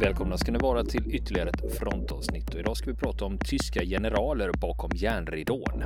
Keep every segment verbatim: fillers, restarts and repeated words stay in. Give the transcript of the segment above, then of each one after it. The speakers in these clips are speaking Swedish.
Välkomna ska ni vara till ytterligare ett frontavsnitt och idag ska vi prata om tyska generaler bakom järnridån.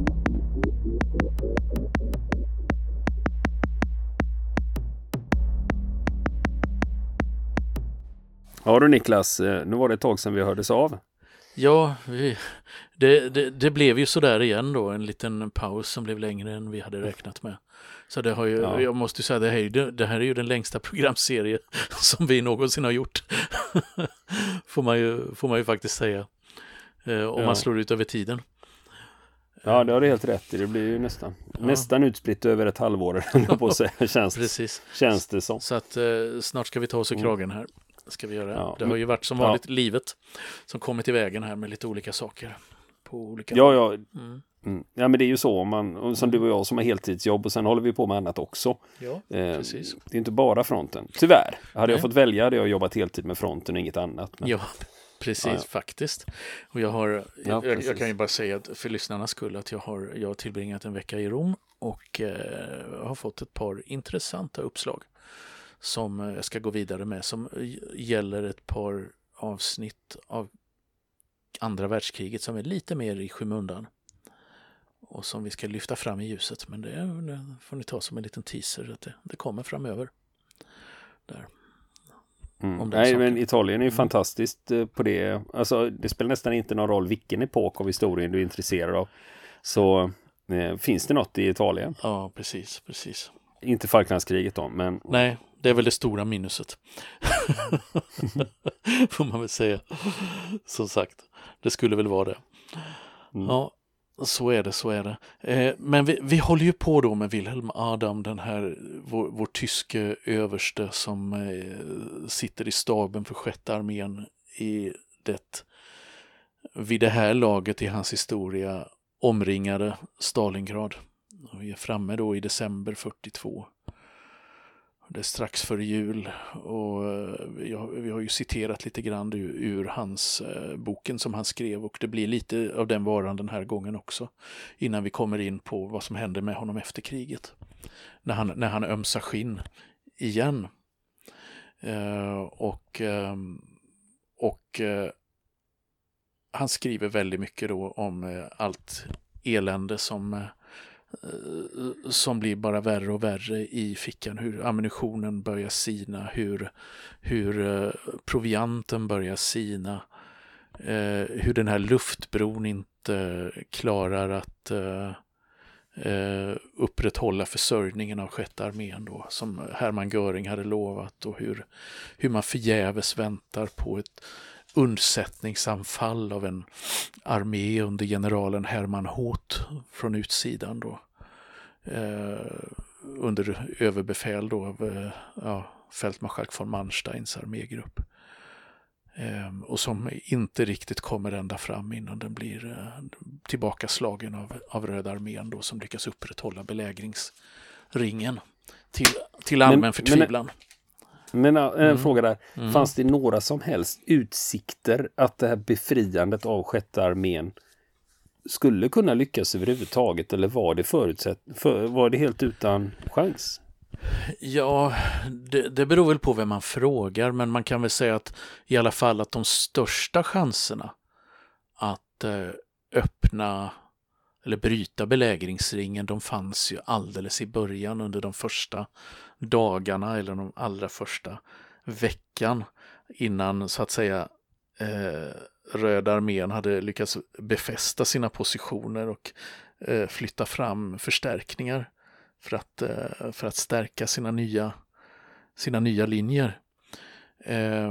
Ja du Niklas, nu var det ett tag sedan vi hördes av. Ja, vi, det, det, det blev ju sådär igen då, en liten paus som blev längre än vi hade räknat med. Så det har ju, ja. jag måste ju säga, det här, är, det här är ju den längsta programserie som vi någonsin har gjort. får, man ju, får man ju faktiskt säga, eh, om ja. man slår ut över tiden. Ja, det har du helt rätt i. Det blir ju nästan, ja. nästan utspritt över ett halvår på att säga. Känns, Precis. känns det som. Så att eh, snart ska vi ta oss i kragen här. Ska vi göra. Ja. Det har ju varit som vanligt ja. livet som kommit i vägen här med lite olika saker. På olika ja, ja. Mm. Mm. Ja, men det är ju så. Man, som du och jag som har heltidsjobb och sen håller vi på med annat också. Ja, eh, precis. Det är inte bara fronten. Tyvärr. Hade Nej. jag fått välja hade jag jobbat heltid med fronten och inget annat. Men... Ja, precis ja, ja. faktiskt. Och jag har, ja, jag, jag kan ju bara säga att för lyssnarnas skull att jag har, jag har tillbringat en vecka i Rom och eh, har fått ett par intressanta uppslag som jag ska gå vidare med, som gäller ett par avsnitt av andra världskriget som är lite mer i skymundan och som vi ska lyfta fram i ljuset, men det, det får ni ta som en liten teaser att det, det kommer framöver där. Mm. Nej, men Italien är ju mm. fantastiskt på det. Alltså, det spelar nästan inte någon roll vilken epok av historien du är intresserad av. Så eh, finns det något i Italien? Ja, precis, precis. Inte Falklandskriget då, men... Nej, det är väl det stora minuset. Får man väl säga. Som sagt, det skulle väl vara det. Mm. Ja, så är det, så är det. Eh, men vi, vi håller ju på då med Wilhelm Adam, den här, vår, vår tyske överste som eh, sitter i staben för sjätte armén i det, vid det här laget i hans historia, omringade Stalingrad. Och vi är framme då i december fyrtiotvå. Det är strax före jul och vi har, vi har ju citerat lite grann ur, ur hans eh, boken som han skrev, och det blir lite av den varan den här gången också innan vi kommer in på vad som hände med honom efter kriget. När han, när han ömsar skinn igen. Eh, och eh, och eh, han skriver väldigt mycket då om eh, allt elände som eh, som blir bara värre och värre i fickan, hur ammunitionen börjar sina, hur, hur provianten börjar sina, eh, hur den här luftbron inte klarar att eh, upprätthålla försörjningen av sjätte armén då, som Hermann Göring hade lovat, och hur, hur man förgäves väntar på ett undsättningsanfall av en armé under generalen Hermann Hoth från utsidan då, eh, under överbefäl då av eh, ja, fältmarskalk von Mansteins armégrupp, eh, och som inte riktigt kommer ända fram innan den blir eh, tillbakaslagen av, av Röda armén då, som lyckas upprätthålla belägringsringen till, till allmän men, förtvivlan. Men... Men en mm. fråga där, mm. fanns det några som helst utsikter att det här befriandet av sjätte armén skulle kunna lyckas överhuvudtaget, eller var det förutsatt, för, var det helt utan chans? Ja, det, det beror väl på vem man frågar, men man kan väl säga att i alla fall att de största chanserna att eh, öppna eller bryta belägringsringen, de fanns ju alldeles i början under de första dagarna eller de allra första veckan innan så att säga eh, Röda armén hade lyckats befästa sina positioner och eh, flytta fram förstärkningar för att, eh, för att stärka sina nya, sina nya linjer. Eh,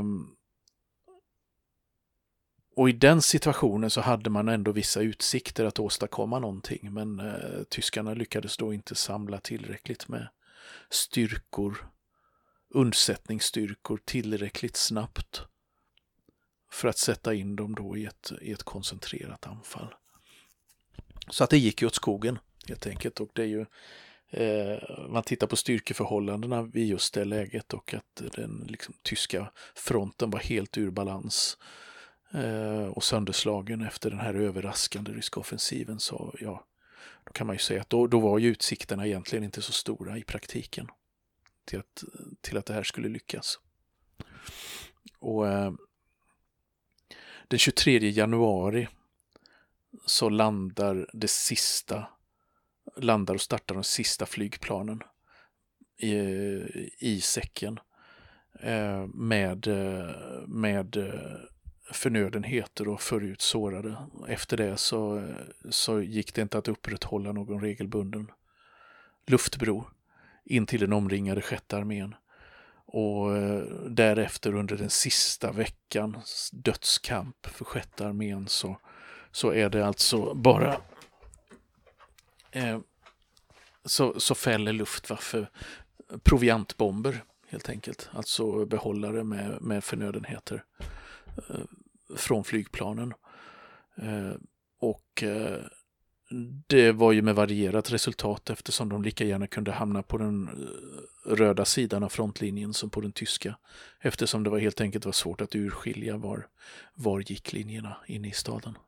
Och i den situationen så hade man ändå vissa utsikter att åstadkomma någonting, men eh, tyskarna lyckades då inte samla tillräckligt med styrkor, undsättningsstyrkor tillräckligt snabbt för att sätta in dem då i ett, i ett koncentrerat anfall. Så att det gick ju åt skogen helt enkelt, och det är ju eh, man tittar på styrkeförhållandena vid just det läget, och att den liksom, tyska fronten var helt ur balans och sönderslagen efter den här överraskande ryska offensiven, så ja, då kan man ju säga att då, då var ju utsikterna egentligen inte så stora i praktiken till att, till att det här skulle lyckas. Och eh, den tjugotredje januari så landar det sista landar och startar de sista flygplanen i, i säcken eh, med, med förnödenheter och förut sårade. Efter det så, så gick det inte att upprätthålla någon regelbunden luftbro in till den omringade sjätte armén. Och därefter under den sista veckans dödskamp för sjätte armén så, så är det alltså bara eh, så, så fäller Luftwaffe proviantbomber helt enkelt. Alltså behållare med, med förnödenheter eh, från flygplanen. Eh, och eh, det var ju med varierat resultat eftersom de lika gärna kunde hamna på den röda sidan av frontlinjen som på den tyska. Eftersom det var helt enkelt var svårt att urskilja var, var gick linjerna inne i staden.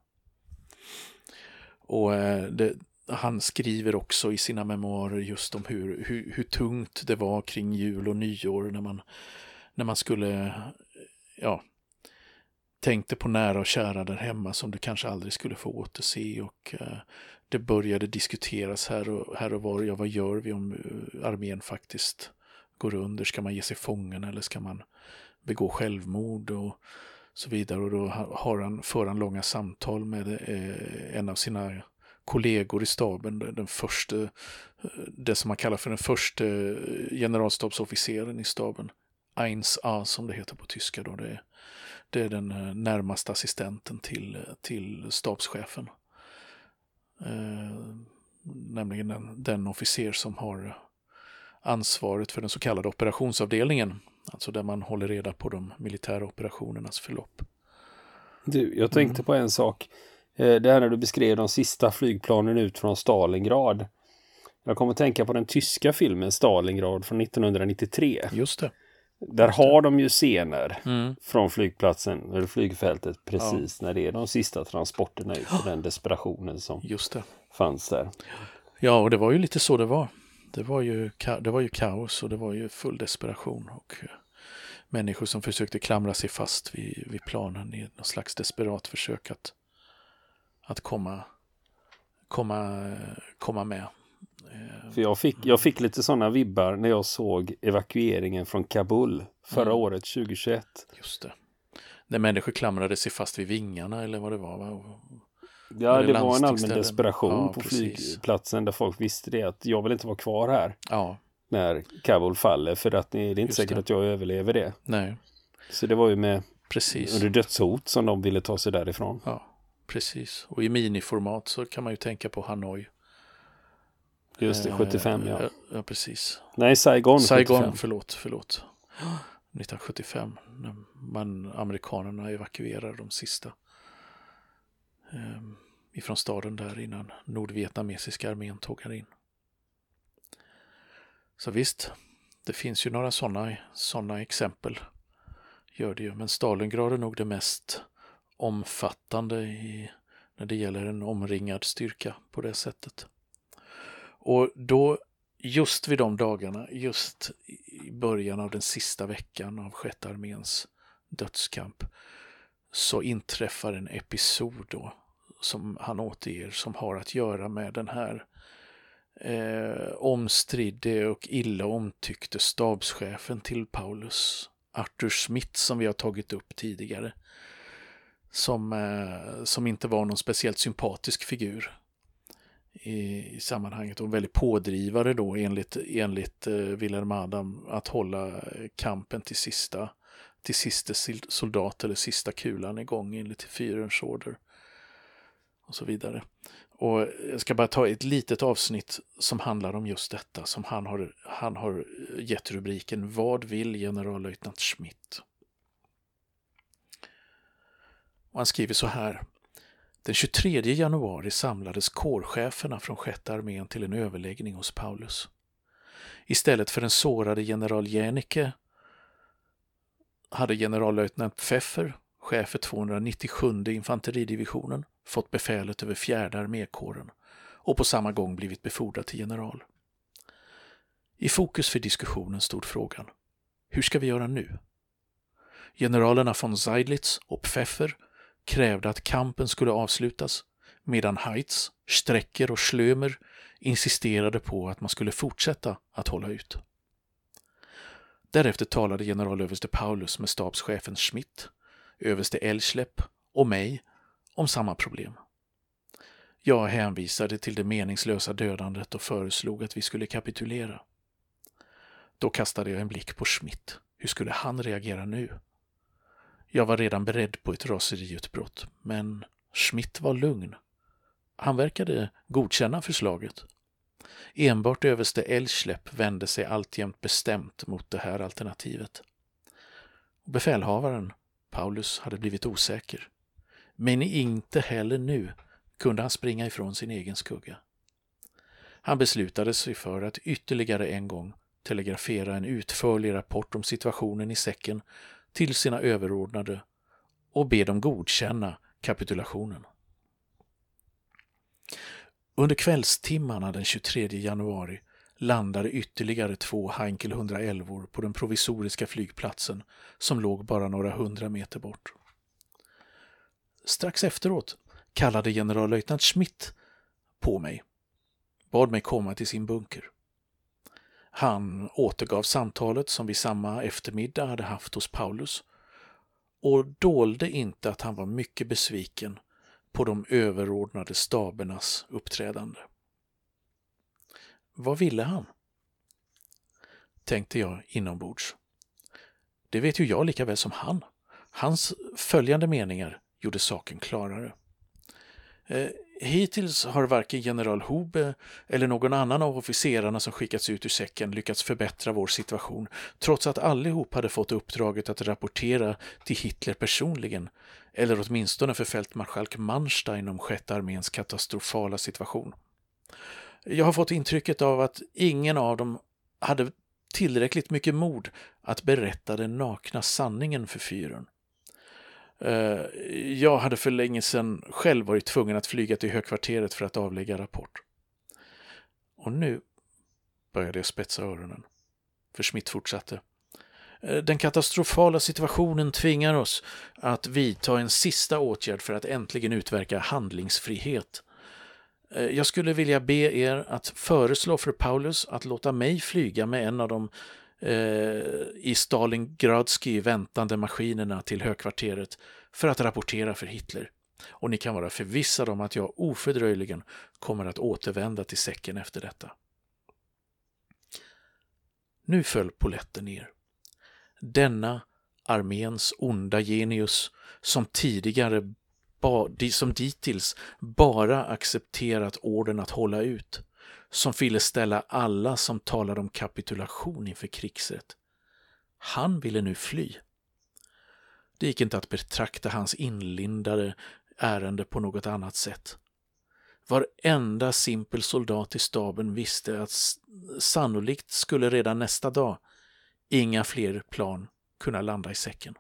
Och det, han skriver också i sina memoarer just om hur, hur, hur tungt det var kring jul och nyår när man, när man skulle, ja, tänkte på nära och kära där hemma som du kanske aldrig skulle få återse och eh, det började diskuteras här och, här och var. Ja, vad gör vi om uh, armén faktiskt går under? Ska man ge sig fången eller ska man begå självmord och så vidare? Och då har han, för han långa samtal med eh, en av sina kollegor i staben, den första, det som man kallar för den första generalstabsofficeren i staben. eins A som det heter på tyska då. Det är, det är den närmaste assistenten till, till stabschefen. Eh, nämligen den, den officer som har ansvaret för den så kallade operationsavdelningen. Alltså där man håller reda på de militära operationernas förlopp. Du, jag tänkte mm. på en sak. Det här när du beskrev de sista flygplanen ut från Stalingrad. Jag kommer att tänka på den tyska filmen Stalingrad från nittonhundranittiotre. Just det. Där Just det. har de ju scener mm. från flygplatsen eller flygfältet precis ja. när det är de sista transporterna ut för den desperationen som Just det. fanns där. Ja, och det var ju lite så det var. Det var ju, det var ju kaos och det var ju full desperation och människor som försökte klamra sig fast vid, vid planen i någon slags desperat försök att, att komma, komma, komma med. För jag fick, jag fick lite sådana vibbar när jag såg evakueringen från Kabul förra mm. året, tjugohundratjugoett. Just det. När människor klamrade sig fast vid vingarna eller vad det var, va? Ja, det, det var en allmän desperation ja, på precis. flygplatsen där folk visste det att jag vill inte vara kvar här ja. när Kabul faller för att det är inte Just säkert det. att jag överlever det. Nej. Så det var ju med precis. under dödshot som de ville ta sig därifrån. Ja, precis. Och i miniformat så kan man ju tänka på Hanoi. Just det, sjuttiofem, ja. Ja, ja precis. Nej, Saigon. Saigon, sjuttiofem. förlåt, förlåt. nittonhundrasjuttiofem, när man, amerikanerna evakuerar de sista eh, ifrån staden där innan nordvietnamesiska armén tågar in. Så visst, det finns ju några sådana såna exempel, gör det ju. Men Stalingrad är nog det mest omfattande i, när det gäller en omringad styrka på det sättet. Och då, just vid de dagarna, just i början av den sista veckan av sjätte arméns dödskamp, så inträffar en episod då, som han återger, som har att göra med den här eh, omstridde och illa omtyckte stabschefen till Paulus, Arthur Schmidt, som vi har tagit upp tidigare, som, eh, som inte var någon speciellt sympatisk figur i, i sammanhanget, och väldigt pådrivare då enligt, enligt eh, Wilhelm Adam att hålla kampen till sista till sista soldat eller sista kulan igång enligt Führers order och så vidare. Och jag ska bara ta ett litet avsnitt som handlar om just detta, som han har, han har gett rubriken Vad vill generallöjtnant Schmidt? Och han skriver så här: Den tjugotredje januari samlades kårcheferna från sjätte armén till en överläggning hos Paulus. Istället för den sårade general Jänicke hade generallöjtnant Pfeffer, chef för tvåhundranittiosjunde infanteridivisionen, fått befälet över fjärde armékåren och på samma gång blivit befordrad till general. I fokus för diskussionen stod frågan: hur ska vi göra nu? Generalerna von Seydlitz och Pfeffer krävde att kampen skulle avslutas, medan Heitz, Strecker och Schlömer insisterade på att man skulle fortsätta att hålla ut. Därefter talade generalöverste Paulus med stabschefen Schmidt, överste Elschlepp och mig om samma problem. Jag hänvisade till det meningslösa dödandet och föreslog att vi skulle kapitulera. Då kastade jag en blick på Schmidt. Hur skulle han reagera nu? Jag var redan beredd på ett raseriutbrott, men Schmidt var lugn. Han verkade godkänna förslaget. Enbart överste Elschlepp vände sig alltjämt bestämt mot det här alternativet. Befälhavaren, Paulus, hade blivit osäker. Men inte heller nu kunde han springa ifrån sin egen skugga. Han beslutade sig för att ytterligare en gång telegrafera en utförlig rapport om situationen i säcken till sina överordnade och be dem godkänna kapitulationen. Under kvällstimmarna den tjugotredje januari landade ytterligare två Heinkel hundraelva på den provisoriska flygplatsen som låg bara några hundra meter bort. Strax efteråt kallade generallöjtnant Schmidt på mig, bad mig komma till sin bunker. Han återgav samtalet som vi samma eftermiddag hade haft hos Paulus och dolde inte att han var mycket besviken på de överordnade stabernas uppträdande. Vad ville han? Tänkte jag inombords. Det vet ju jag lika väl som han. Hans följande meningar gjorde saken klarare. Eh, hittills har varken general Hube eller någon annan av officerarna som skickats ut ur säcken lyckats förbättra vår situation, trots att allihop hade fått uppdraget att rapportera till Hitler personligen, eller åtminstone för fältmarskalk Manstein om sjätte arméns katastrofala situation. Jag har fått intrycket av att ingen av dem hade tillräckligt mycket mod att berätta den nakna sanningen för fyren. Jag hade för länge sedan själv varit tvungen att flyga till högkvarteret för att avlägga rapport. Och nu började jag spetsa öronen. För Schmidt fortsatte. Den katastrofala situationen tvingar oss att vidta en sista åtgärd för att äntligen utverka handlingsfrihet. Jag skulle vilja be er att föreslå för Paulus att låta mig flyga med en av de eh, i Stalingradski väntande maskinerna till högkvarteret för att rapportera för Hitler. Och ni kan vara förvissade om att jag ofördröjligen kommer att återvända till säcken efter detta. Nu föll poletten ner. Denna arméns onda genius som tidigare som dittills bara accepterat orden att hålla ut, som ville ställa alla som talade om kapitulation inför krigsrätt. Han ville nu fly. Det gick inte att betrakta hans inlindade ärende på något annat sätt. Varenda simpel soldat i staben visste att sannolikt skulle redan nästa dag inga fler plan kunna landa i säcken.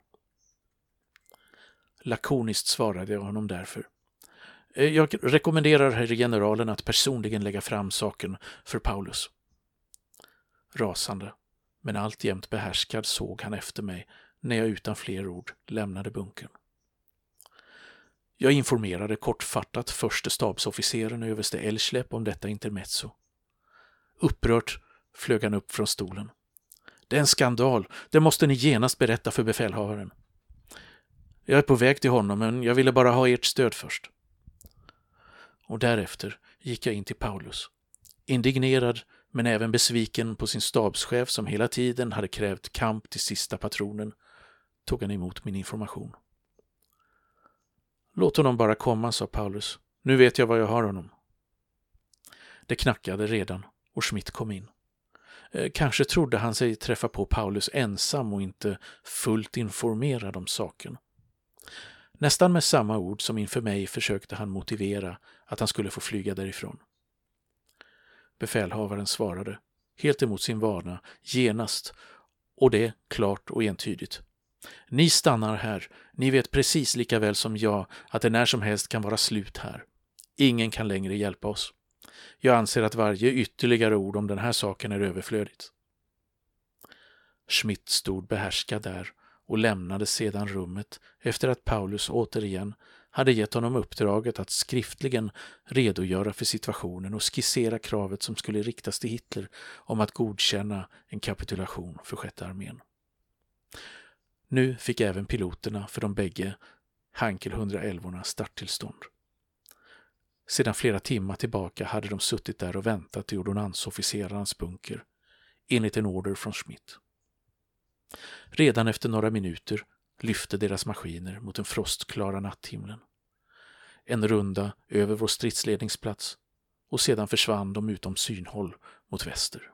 Lakoniskt svarade jag honom därför. Jag rekommenderar herr generalen att personligen lägga fram saken för Paulus. Rasande, men alltjämt behärskad såg han efter mig när jag utan fler ord lämnade bunkern. Jag informerade kortfattat förste stabsofficeren överste Elschlepp om detta intermezzo. Upprört flög han upp från stolen. Det är en skandal, det måste ni genast berätta för befälhavaren. Jag är på väg till honom, men jag ville bara ha ert stöd först. Och därefter gick jag in till Paulus. Indignerad, men även besviken på sin stabschef som hela tiden hade krävt kamp till sista patronen, tog han emot min information. Låt honom bara komma, sa Paulus. Nu vet jag vad jag har honom. Det knackade redan och Schmidt kom in. Kanske trodde han sig träffa på Paulus ensam och inte fullt informerad om saken. Nästan med samma ord som inför mig försökte han motivera att han skulle få flyga därifrån. Befälhavaren svarade, helt emot sin vana, genast, och det klart och entydigt. Ni stannar här, ni vet precis lika väl som jag att det när som helst kan vara slut här. Ingen kan längre hjälpa oss. Jag anser att varje ytterligare ord om den här saken är överflödigt. Schmidt stod behärskad där och lämnade sedan rummet efter att Paulus återigen hade gett honom uppdraget att skriftligen redogöra för situationen och skissera kravet som skulle riktas till Hitler om att godkänna en kapitulation för sjätte armén. Nu fick även piloterna för de bägge Heinkel hundraelvorna starttillstånd. Sedan flera timmar tillbaka hade de suttit där och väntat i ordonnansofficerarnas bunker, enligt en order från Schmidt. Redan efter några minuter lyfte deras maskiner mot den frostklara natthimlen. En runda över vår stridsledningsplats och sedan försvann de utom synhåll mot väster.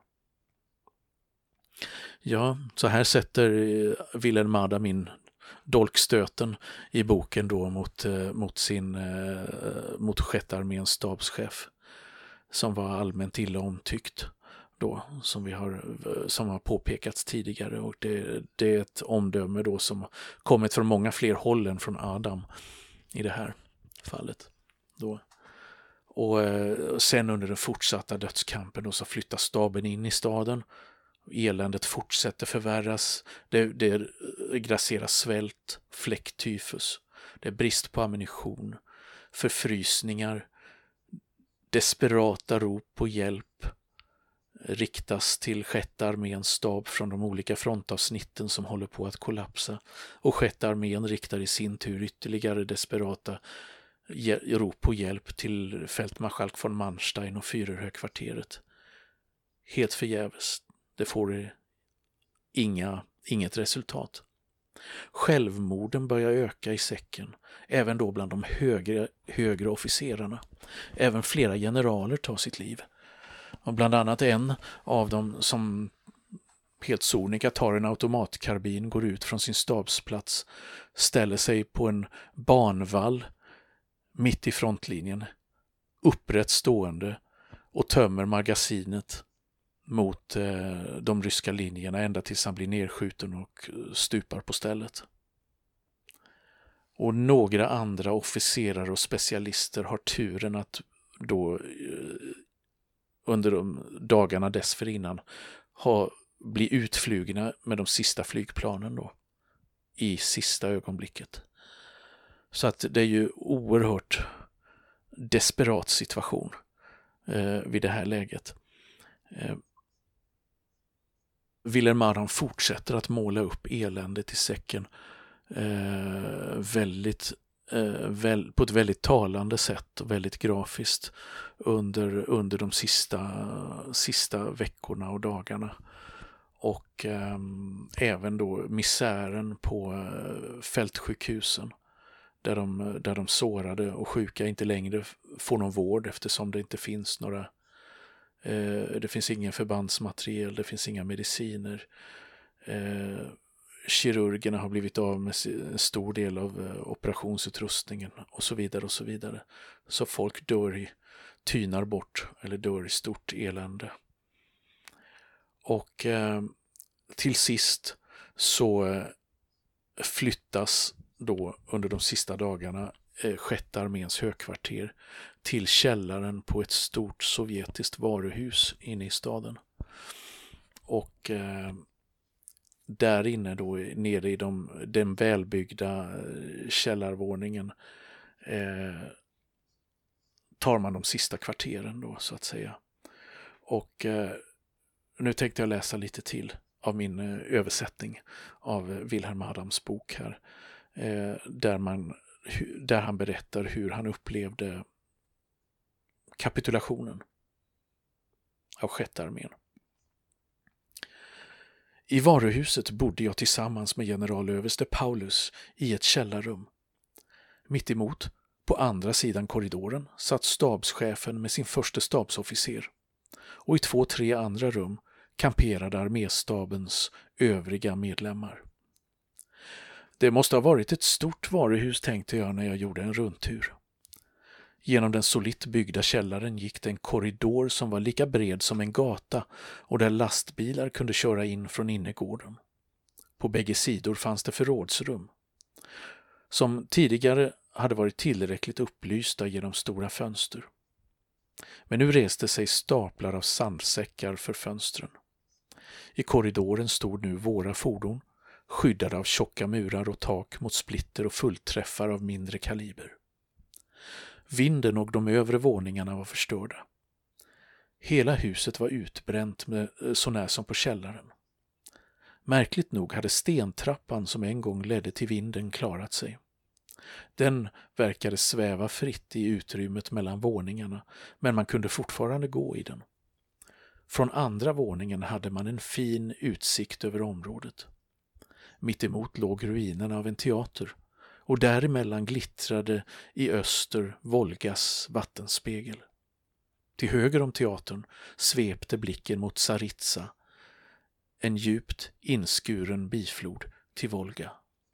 Ja, så här sätter Wilhelm Adam in dolkstöten i boken då mot, mot sin mot sjätte arméns stabschef, som var allmänt illa omtyckt då, som vi har som har påpekats tidigare, och det, det är ett omdöme då som kommit från många fler håll än från Adam i det här fallet då. Och sen under den fortsatta dödskampen då så flyttas staben in i staden. Eländet fortsätter förvärras. Det, det grasserar svält, fläcktyfus. Det är brist på ammunition, förfrysningar, desperata rop på hjälp riktas till sjätte arméns stab från de olika frontavsnitten som håller på att kollapsa, och sjätte armén riktar i sin tur ytterligare desperata rop på hjälp till fältmarskalk von Manstein och Führerhögkvarteret. Helt förgäves. Det får inga, inget resultat. Självmorden börjar öka i säcken, även då bland de högre, högre officerarna. Även flera generaler tar sitt liv. Och bland annat en av dem som helt sonika tar en automatkarbin, går ut från sin stabsplats, ställer sig på en banvall mitt i frontlinjen, upprätt stående, och tömmer magasinet mot eh, de ryska linjerna ända tills han blir nedskjuten och stupar på stället. Och några andra officerare och specialister har turen att då eh, under de dagarna dessförinnan ha, bli utflugna med de sista flygplanen då i sista ögonblicket. Så att det är ju oerhört desperat situation eh, vid det här läget. Eh, Wilhelm Adam fortsätter att måla upp eländet i säcken eh, väldigt, eh, väl, på ett väldigt talande sätt och väldigt grafiskt under, under de sista, sista veckorna och dagarna. Och eh, även då misären på eh, fältsjukhusen där de, där de sårade och sjuka inte längre får någon vård eftersom det inte finns några eh, det finns ingen förbandsmateriel, det finns inga mediciner. Eh, kirurgerna har blivit av med en stor del av eh, operationsutrustningen och så vidare och så vidare. Så folk dör i, tynar bort eller dör i stort elände. Och eh, till sist så eh, flyttas då under de sista dagarna eh, sjätte arméns högkvarter till källaren på ett stort sovjetiskt varuhus inne i staden. Och eh, där inne då nere i de, den välbyggda källarvåningen eh, tar man de sista kvarteren då så att säga. Och eh, nu tänkte jag läsa lite till av min eh, översättning av Wilhelm Adams bok här. Eh, där, man, hu, där han berättar hur han upplevde kapitulationen av sjätte armén. I varuhuset bodde jag tillsammans med generalöverste Paulus i ett källarrum. Mitt emot, på andra sidan korridoren, satt stabschefen med sin första stabsofficer. Och i två, tre andra rum kamperade arméstabens övriga medlemmar. Det måste ha varit ett stort varuhus, tänkte jag när jag gjorde en rundtur. Genom den solitt byggda källaren gick det en korridor som var lika bred som en gata och där lastbilar kunde köra in från innergården. På bägge sidor fanns det förrådsrum, som tidigare hade varit tillräckligt upplysta genom stora fönster. Men nu reste sig staplar av sandsäckar för fönstren. I korridoren stod nu våra fordon, skyddade av tjocka murar och tak mot splitter och fullträffar av mindre kaliber. Vinden och de övre våningarna var förstörda. Hela huset var utbränt med, så när som på källaren. Märkligt nog hade stentrappan som en gång ledde till vinden klarat sig. Den verkade sväva fritt i utrymmet mellan våningarna, men man kunde fortfarande gå i den. Från andra våningen hade man en fin utsikt över området. Mittemot låg ruinerna av en teater och däremellan glittrade i öster Volgas vattenspegel. Till höger om teatern svepte blicken mot Tsaritsa, en djupt inskuren biflod till Volga.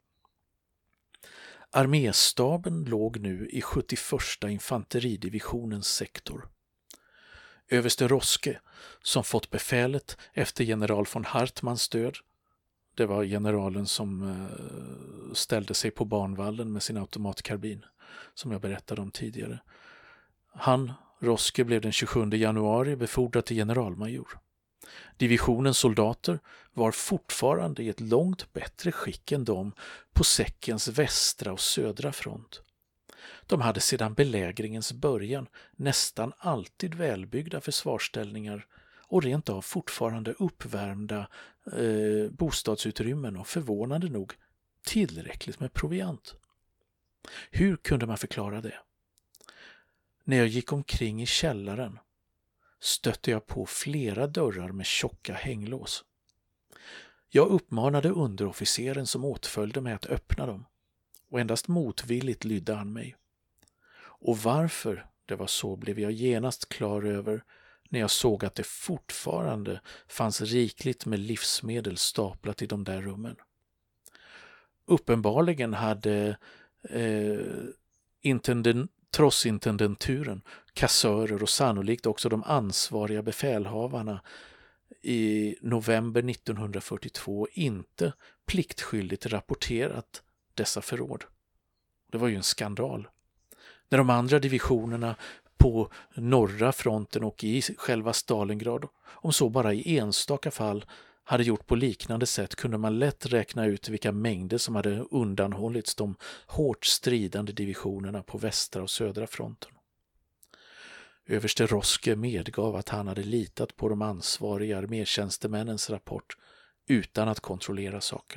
Arméstaben låg nu i sjuttioförsta infanteridivisionens sektor. Överste Roske, som fått befälet efter general von Hartmanns död, det var generalen som ställde sig på banvallen med sin automatkarbin, som jag berättade om tidigare. Han, Roske, blev den tjugosjunde januari befordrad till generalmajor. Divisionens soldater var fortfarande i ett långt bättre skick än de på säckens västra och södra front. De hade sedan belägringens början nästan alltid välbyggda försvarsställningar och rent av fortfarande uppvärmda eh, bostadsutrymmen och förvånande nog tillräckligt med proviant. Hur kunde man förklara det? När jag gick omkring i källaren stötte jag på flera dörrar med tjocka hänglås. Jag uppmanade underofficeren som åtföljde mig att öppna dem, och endast motvilligt lydde han mig. Och varför det var så blev jag genast klar över när jag såg att det fortfarande fanns rikligt med livsmedel staplat i de där rummen. Uppenbarligen hade eh, intenden, trossintendenturen, kassörer och sannolikt också de ansvariga befälhavarna i november nittonhundrafyrtiotvå inte pliktskyldigt rapporterat dessa förråd. Det var ju en skandal. När de andra divisionerna på norra fronten och i själva Stalingrad, om så bara i enstaka fall, hade gjort på liknande sätt kunde man lätt räkna ut vilka mängder som hade undanhållits de hårt stridande divisionerna på västra och södra fronten. Överste Roske medgav att han hade litat på de ansvariga armétjänstemännens rapport utan att kontrollera saken.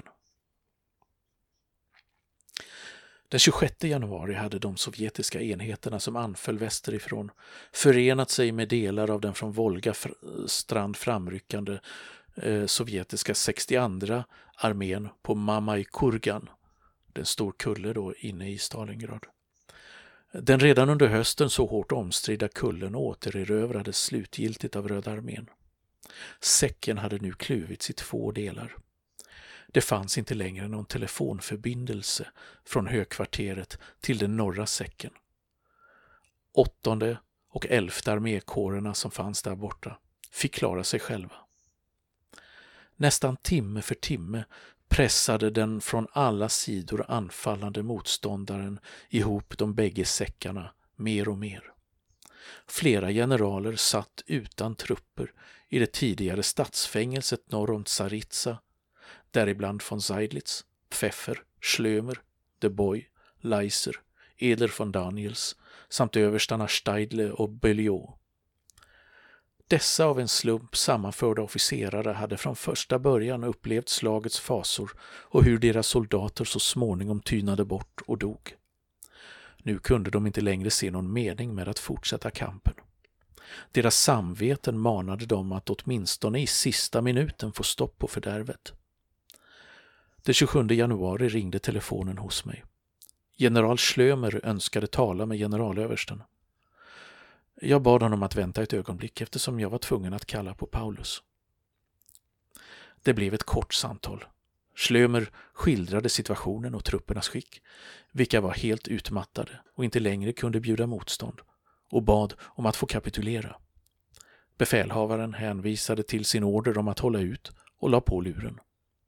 Den tjugosjätte januari hade de sovjetiska enheterna som anföll västerifrån förenat sig med delar av den från Volga strand framryckande eh, sovjetiska sextioandra armén på Mamai-Kurgan, den stor kulle då inne i Stalingrad. Den redan under hösten så hårt omstridda kullen återerövrades slutgiltigt av Röda armén. Säcken hade nu kluvits i två delar. Det fanns inte längre någon telefonförbindelse från högkvarteret till den norra säcken. Åttonde och elfte armékårerna som fanns där borta fick klara sig själva. Nästan timme för timme pressade den från alla sidor anfallande motståndaren ihop de bägge säckarna mer och mer. Flera generaler satt utan trupper i det tidigare stadsfängelset norr om Tsaritsa, däribland von Seydlitz, Pfeffer, Schlömer, de Boy, Leiser, Eder von Daniels samt överstarna Steidle och Belliot. Dessa av en slump sammanförda officerare hade från första början upplevt slagets fasor och hur deras soldater så småningom tynade bort och dog. Nu kunde de inte längre se någon mening med att fortsätta kampen. Deras samveten manade dem att åtminstone i sista minuten få stopp på fördärvet. Den tjugosjunde januari ringde telefonen hos mig. General Schlömer önskade tala med generalöversten. Jag bad honom att vänta ett ögonblick eftersom jag var tvungen att kalla på Paulus. Det blev ett kort samtal. Schlömer skildrade situationen och truppernas skick, vilka var helt utmattade och inte längre kunde bjuda motstånd, och bad om att få kapitulera. Befälhavaren hänvisade till sin order om att hålla ut och la på luren.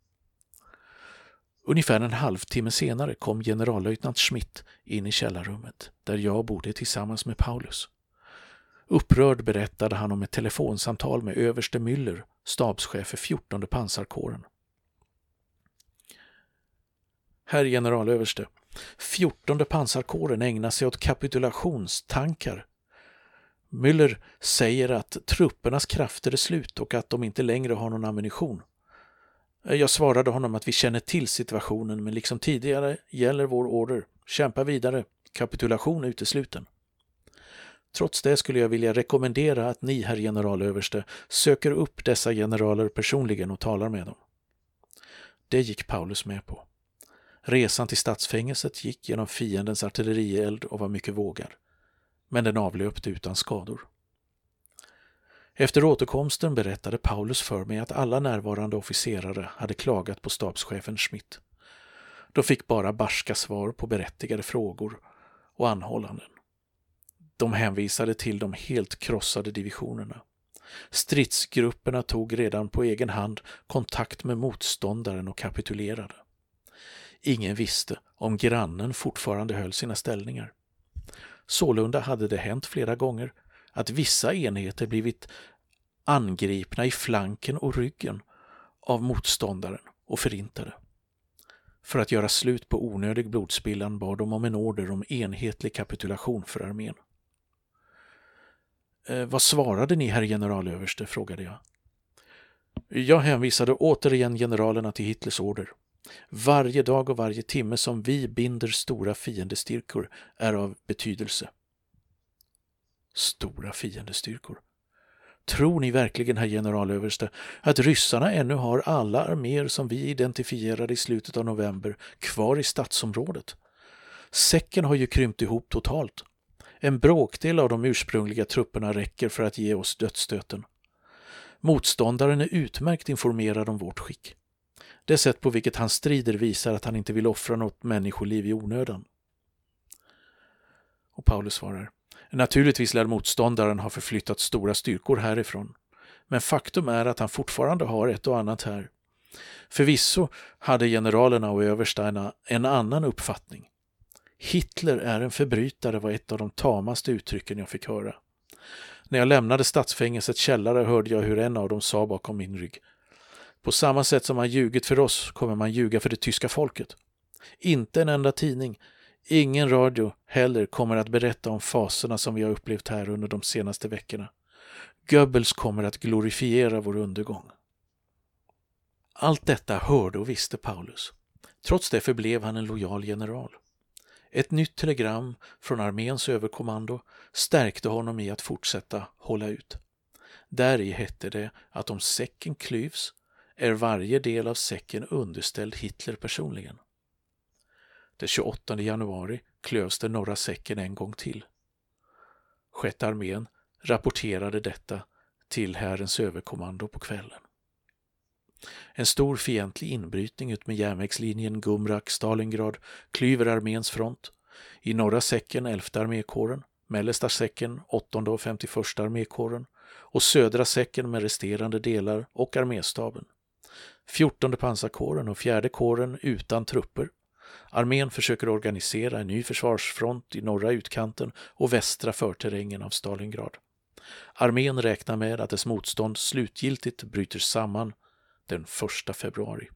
Ungefär en halvtimme senare kom generallöjtnant Schmidt in i källarrummet där jag bodde tillsammans med Paulus. Upprörd berättade han om ett telefonsamtal med överste Müller, stabschef för fjortonde pansarkåren. Herr generalöverste, fjortonde pansarkåren ägnar sig åt kapitulationstankar. Müller säger att truppernas krafter är slut och att de inte längre har någon ammunition. Jag svarade honom att vi känner till situationen, men liksom tidigare gäller vår order. Kämpa vidare. Kapitulation utesluten. Trots det skulle jag vilja rekommendera att ni, herr generalöverste, söker upp dessa generaler personligen och talar med dem. Det gick Paulus med på. Resan till stadsfängelset gick genom fiendens artillerield och var mycket vågad. Men den avlöpte utan skador. Efter återkomsten berättade Paulus för mig att alla närvarande officerare hade klagat på stabschefen Schmidt. De fick bara barska svar på berättigade frågor och anhållanden. De hänvisade till de helt krossade divisionerna. Stridsgrupperna tog redan på egen hand kontakt med motståndaren och kapitulerade. Ingen visste om grannen fortfarande höll sina ställningar. Sålunda hade det hänt flera gånger att vissa enheter blivit angripna i flanken och ryggen av motståndaren och förintade. För att göra slut på onödig blodspillan bad de om en order om enhetlig kapitulation för armén. Eh, vad svarade ni, herr generalöverste, frågade jag. Jag hänvisade återigen generalerna till Hitlers order. Varje dag och varje timme som vi binder stora fiendestyrkor är av betydelse. Stora fiendestyrkor? Tror ni verkligen, herr generalöverste, att ryssarna ännu har alla arméer som vi identifierade i slutet av november kvar i stadsområdet? Säcken har ju krympt ihop totalt. En bråkdel av de ursprungliga trupperna räcker för att ge oss dödsstöten. Motståndaren är utmärkt informerad om vårt skick. Det sätt på vilket han strider visar att han inte vill offra något människoliv i onödan. Och Paulus svarar: naturligtvis lär motståndaren ha förflyttat stora styrkor härifrån. Men faktum är att han fortfarande har ett och annat här. Förvisso hade generalerna och överstarna en annan uppfattning. Hitler är en förbrytare var ett av de tamaste uttrycken jag fick höra. När jag lämnade stadsfängelsets källare hörde jag hur en av dem sa bakom min rygg: på samma sätt som man ljugit för oss kommer man ljuga för det tyska folket. Inte en enda tidning, ingen radio heller kommer att berätta om faserna som vi har upplevt här under de senaste veckorna. Goebbels kommer att glorifiera vår undergång. Allt detta hörde och visste Paulus. Trots det förblev han en lojal general. Ett nytt telegram från arméns överkommando stärkte honom i att fortsätta hålla ut. Där i hette det att om säcken klyvs är varje del av säcken underställd Hitler personligen. Den tjugoåttonde januari klövs den norra säcken en gång till. Sjätte armén rapporterade detta till härens överkommando på kvällen. En stor fientlig inbrytning ut med järnvägslinjen Gumrak-Stalingrad klyver arméns front. I norra säcken elfte armékåren, mellersta säcken åttonde och femtioförsta armékåren och södra säcken med resterande delar och arméstaben. fjortonde pansarkåren och fjärde kåren utan trupper. Armén försöker organisera en ny försvarsfront i norra utkanten och västra förterrängen av Stalingrad. Armén räknar med att dess motstånd slutgiltigt bryter samman den första februari.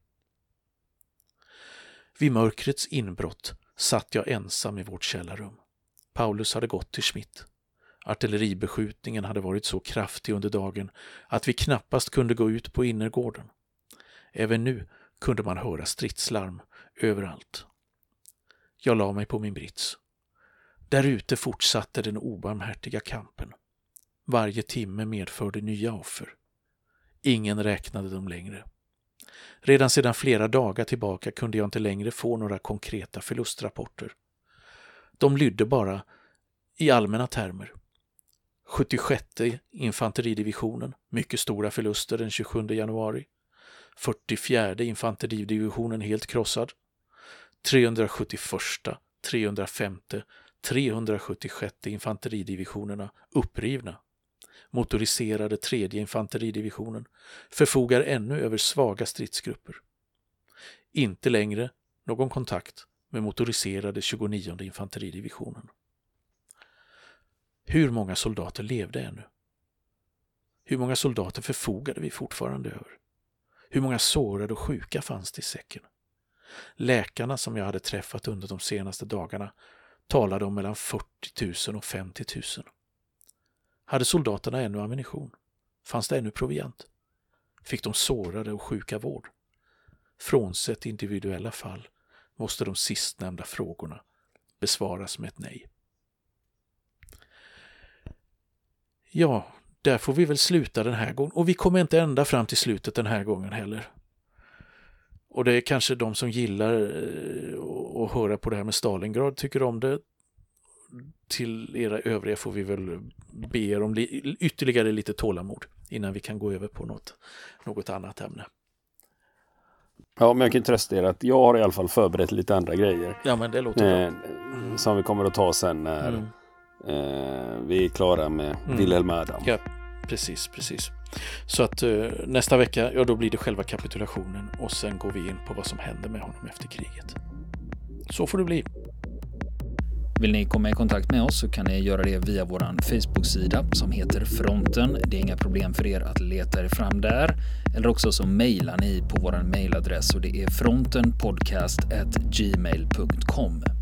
Vid mörkrets inbrott satt jag ensam i vårt källarrum. Paulus hade gått till Schmidt. Artilleribeskjutningen hade varit så kraftig under dagen att vi knappast kunde gå ut på innergården. Även nu kunde man höra stridslarm överallt. Jag la mig på min brits. Där ute fortsatte den obarmhärtiga kampen. Varje timme medförde nya offer. Ingen räknade dem längre. Redan sedan flera dagar tillbaka kunde jag inte längre få några konkreta förlustrapporter. De lydde bara i allmänna termer. sjuttiosjätte infanteridivisionen, mycket stora förluster den tjugosjunde januari. fyrtiofjärde infanteridivisionen helt krossad. trehundrasjuttioförsta, trehundrafemte, trehundrasjuttiosjätte infanteridivisionerna upprivna. Motoriserade tredje infanteridivisionen förfogar ännu över svaga stridsgrupper. Inte längre någon kontakt med motoriserade tjugonionde infanteridivisionen. Hur många soldater levde ännu? Hur många soldater förfogade vi fortfarande över? Hur många sårade och sjuka fanns det i säcken? Läkarna som jag hade träffat under de senaste dagarna talade om mellan fyrtio tusen och femtio tusen. Hade soldaterna ännu ammunition? Fanns det ännu proviant? Fick de sårade och sjuka vård? Frånsett individuella fall måste de sistnämnda frågorna besvaras med ett nej. Ja, där får vi väl sluta den här gången. Och vi kommer inte ända fram till slutet den här gången heller. Och det är kanske de som gillar eh, att höra på det här med Stalingrad tycker om det. Till era övriga får vi väl be er om li- ytterligare lite tålamod innan vi kan gå över på något, något annat ämne. Ja, men jag kan trösta er att jag har i alla fall förberett lite andra grejer. Ja, men det låter eh, bra. Mm. Som vi kommer att ta sen när mm. eh, vi är klara med mm. Wilhelm Adam. Ja, precis, precis. Så att eh, nästa vecka, ja då blir det själva kapitulationen och sen går vi in på vad som händer med honom efter kriget. Så får det bli. Vill ni komma i kontakt med oss så kan ni göra det via vår Facebook-sida som heter Fronten. Det är inga problem för er att leta er fram där. Eller också så mejlar ni på vår mejladress och det är frontenpodcast at gmail punkt com.